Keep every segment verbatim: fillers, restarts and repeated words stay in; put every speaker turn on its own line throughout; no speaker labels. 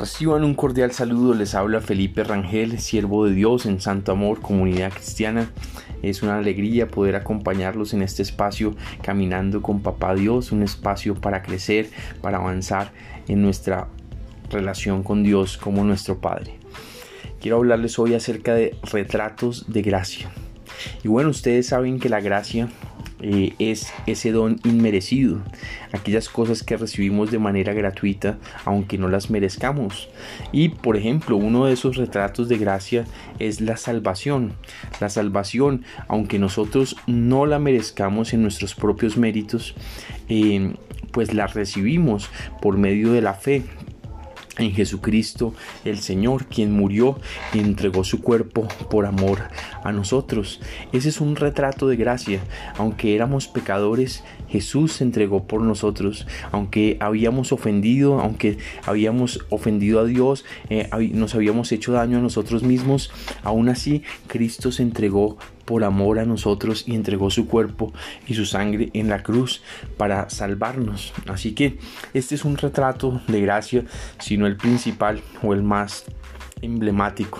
Reciban un cordial saludo, les habla Felipe Rangel, siervo de Dios en Santo Amor, Comunidad Cristiana. Es una alegría poder acompañarlos en este espacio Caminando con Papá Dios, un espacio para crecer, para avanzar en nuestra relación con Dios como nuestro Padre. Quiero hablarles hoy acerca de retratos de gracia. Y bueno, ustedes saben que la gracia eh, es ese don inmerecido, aquellas cosas que recibimos de manera gratuita aunque no las merezcamos. Y por ejemplo, uno de esos retratos de gracia es la salvación. La salvación, aunque nosotros no la merezcamos en nuestros propios méritos, eh, pues la recibimos por medio de la fe en Jesucristo el Señor, quien murió y entregó su cuerpo por amor a nosotros. Ese es un retrato de gracia. Aunque éramos pecadores, Jesús se entregó por nosotros. Aunque habíamos ofendido, aunque habíamos ofendido a Dios, eh, nos habíamos hecho daño a nosotros mismos, aún así Cristo se entregó por amor a nosotros y entregó su cuerpo y su sangre en la cruz para salvarnos. Así que este es un retrato de gracia, sino el principal o el más emblemático.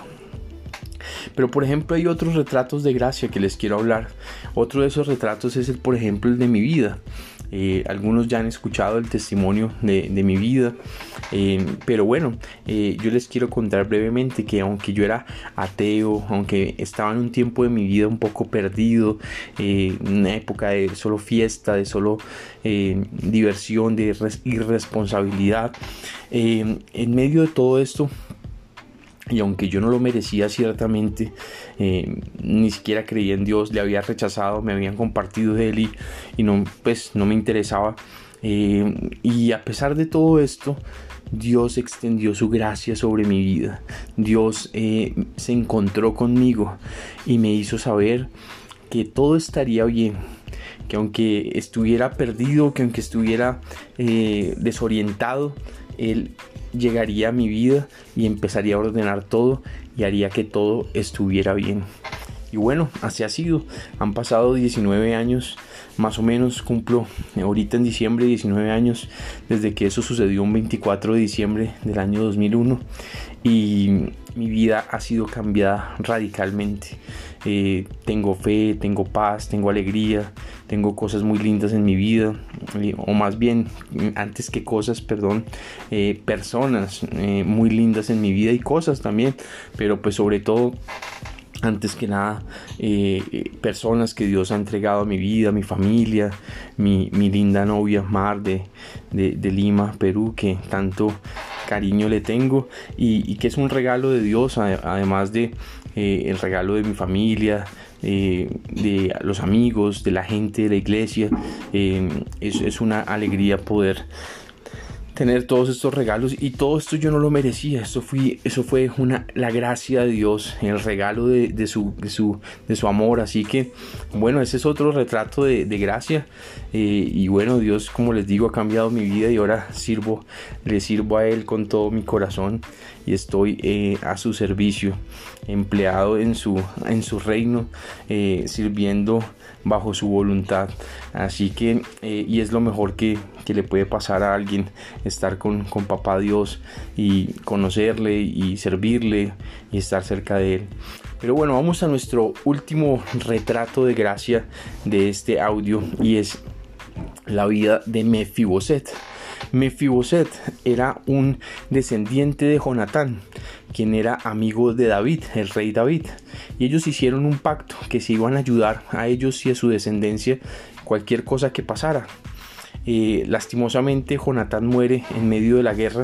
Pero por ejemplo hay otros retratos de gracia que les quiero hablar. Otro de esos retratos es el, por ejemplo, el de mi vida. Eh, algunos ya han escuchado el testimonio de, de mi vida, eh, pero bueno, eh, yo les quiero contar brevemente que aunque yo era ateo, aunque estaba en un tiempo de mi vida un poco perdido, eh, una época de solo fiesta, de solo eh, diversión, de irresponsabilidad, eh, en medio de todo esto, y aunque yo no lo merecía ciertamente, eh, ni siquiera creía en Dios, le había rechazado, me habían compartido de él y, y no, pues, no me interesaba. Eh, y a pesar de todo esto, Dios extendió su gracia sobre mi vida. Dios eh, se encontró conmigo y me hizo saber que todo estaría bien. Que aunque estuviera perdido, que aunque estuviera eh, desorientado, Él llegaría a mi vida y empezaría a ordenar todo y haría que todo estuviera bien. Y bueno, así ha sido. Han pasado diecinueve años, más o menos, cumplo ahorita en diciembre diecinueve años desde que eso sucedió un veinticuatro de diciembre del año dos mil uno, y mi vida ha sido cambiada radicalmente. Eh, tengo fe, tengo paz, tengo alegría, tengo cosas muy lindas en mi vida, eh, o más bien, antes que cosas, perdón, eh, personas eh, muy lindas en mi vida y cosas también, pero pues sobre todo, antes que nada, eh, personas que Dios ha entregado a mi vida, mi familia, mi, mi linda novia Mar de, de, de Lima, Perú, que tanto cariño le tengo y, y que es un regalo de Dios, además de eh, el regalo de mi familia, eh, de los amigos, de la gente de la iglesia. Eh, es, es una alegría poder tener todos estos regalos, y todo esto yo no lo merecía. Esto fue, eso fue una, la gracia de Dios, el regalo de, de, su, de, su, de su amor. Así que bueno, ese es otro retrato de, de gracia, eh, y bueno, Dios, como les digo, ha cambiado mi vida y ahora sirvo, le sirvo a Él con todo mi corazón y estoy eh, a su servicio, empleado en su, en su reino, eh, sirviendo bajo su voluntad. Así que eh, y es lo mejor que, que le puede pasar a alguien, estar con, con Papá Dios y conocerle y servirle y estar cerca de Él. Pero bueno, vamos a nuestro último retrato de gracia de este audio, y es la vida de Mefiboset. Mefiboset era un descendiente de Jonatán, quien era amigo de David, el rey David, y ellos hicieron un pacto que se iban a ayudar a ellos y a su descendencia cualquier cosa que pasara. Eh, lastimosamente Jonatán muere en medio de la guerra,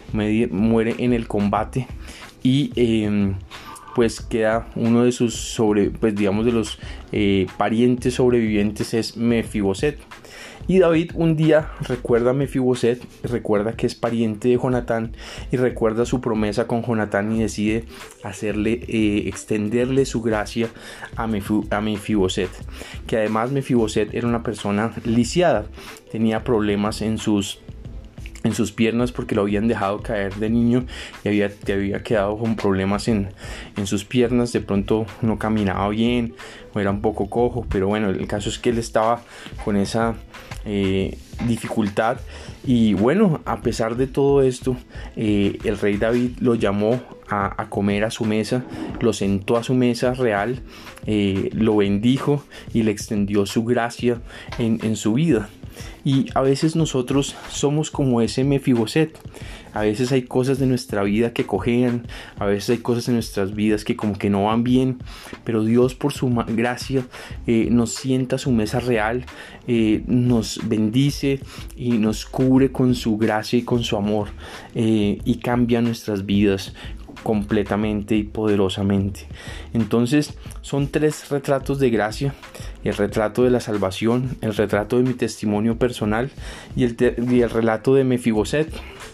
muere en el combate, y eh, pues queda uno de sus sobre, pues digamos de los eh, parientes sobrevivientes es Mefiboset. Y David un día recuerda a Mefiboset, recuerda que es pariente de Jonatán y recuerda su promesa con Jonatán y decide hacerle, eh, extenderle su gracia a, Mef- a Mefiboset, que además Mefiboset era una persona lisiada, tenía problemas en sus en sus piernas porque lo habían dejado caer de niño y había, te había quedado con problemas en, en sus piernas. De pronto no caminaba bien o era un poco cojo, pero bueno, el caso es que él estaba con esa eh, dificultad. Y bueno, a pesar de todo esto, eh, el rey David lo llamó a, a comer a su mesa, lo sentó a su mesa real, eh, lo bendijo y le extendió su gracia en, en su vida. Y a veces nosotros somos como ese Mefiboset. A veces hay cosas de nuestra vida que cojean, a veces hay cosas en nuestras vidas que como que no van bien, pero Dios por su gracia eh, nos sienta a su mesa real, eh, nos bendice y nos cubre con su gracia y con su amor, eh, y cambia nuestras vidas completamente y poderosamente. Entonces son tres retratos de gracia: el retrato de la salvación, el retrato de mi testimonio personal y el, te- y el relato de Mefiboset.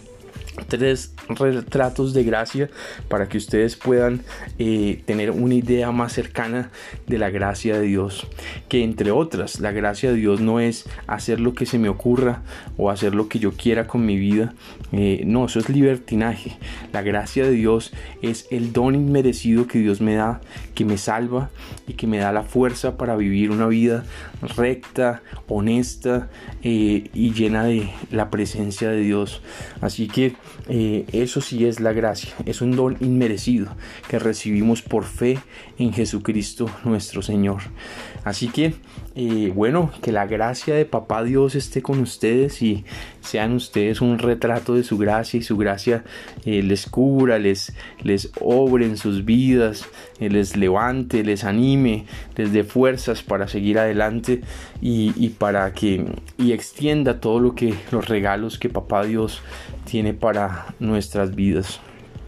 Tres retratos de gracia para que ustedes puedan eh, tener una idea más cercana de la gracia de Dios, que entre otras, la gracia de Dios no es hacer lo que se me ocurra o hacer lo que yo quiera con mi vida, eh, no, eso es libertinaje. La gracia de Dios es el don inmerecido que Dios me da, que me salva y que me da la fuerza para vivir una vida recta, honesta, eh, y llena de la presencia de Dios. Así que Eh, eso sí es la gracia, es un don inmerecido que recibimos por fe en Jesucristo nuestro Señor. Así que eh, bueno, que la gracia de Papá Dios esté con ustedes y sean ustedes un retrato de su gracia, y su gracia eh, les cubra, les, les obre en sus vidas, eh, les levante, les anime, les dé fuerzas para seguir adelante y, y para que y extienda todo lo que los regalos que Papá Dios tiene para nuestras vidas.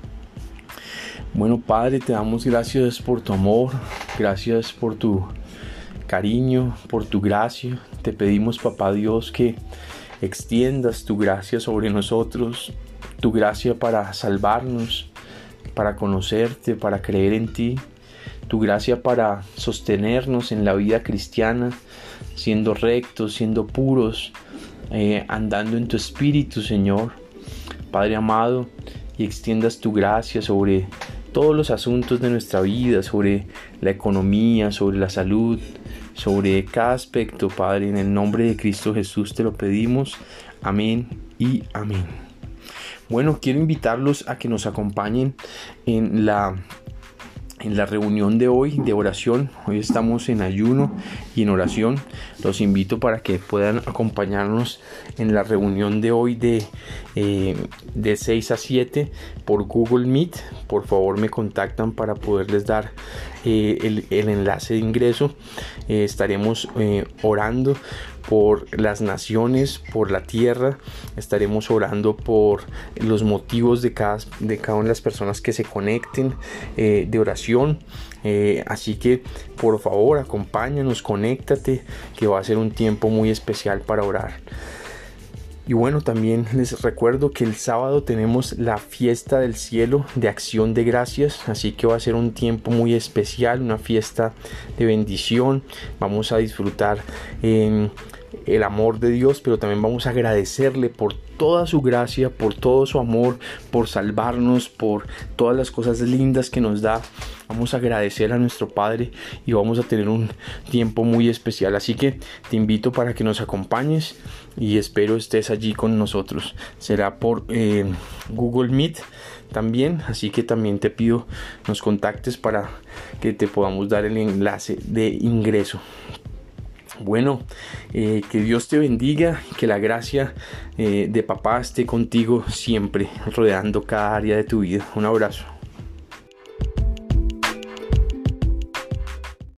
Bueno, Padre, te damos gracias por tu amor, gracias por tu cariño, por tu gracia. Te pedimos, Papá Dios, que extiendas tu gracia sobre nosotros, tu gracia para salvarnos, para conocerte, para creer en ti, tu gracia para sostenernos en la vida cristiana, siendo rectos, siendo puros, eh, andando en tu espíritu, Señor. Padre amado, y extiendas tu gracia sobre todos los asuntos de nuestra vida, sobre la economía, sobre la salud, sobre cada aspecto, Padre. En el nombre de Cristo Jesús te lo pedimos. Amén y amén. Bueno, quiero invitarlos a que nos acompañen en la En la reunión de hoy de oración. Hoy estamos en ayuno y en oración. Los invito para que puedan acompañarnos en la reunión de hoy de, eh, de seis a siete por Google Meet. Por favor, me contactan para poderles dar eh, el, el enlace de ingreso. Eh, estaremos eh, orando por las naciones, por la tierra. Estaremos orando por los motivos de cada, de cada una de las personas que se conecten eh, de oración. Eh, así que por favor, acompáñanos, conéctate, que va a ser un tiempo muy especial para orar. Y bueno, también les recuerdo que el sábado tenemos la fiesta del cielo de acción de gracias, así que va a ser un tiempo muy especial, una fiesta de bendición. Vamos a disfrutar eh, el amor de Dios, pero también vamos a agradecerle por toda su gracia, por todo su amor, por salvarnos, por todas las cosas lindas que nos da. Vamos a agradecer a nuestro Padre y vamos a tener un tiempo muy especial. Así que te invito para que nos acompañes y espero estés allí con nosotros. Será por eh, Google Meet también, así que también te pido nos contactes para que te podamos dar el enlace de ingreso. Bueno, eh, que Dios te bendiga, que la gracia eh, de Papá esté contigo siempre, rodeando cada área de tu vida. Un abrazo.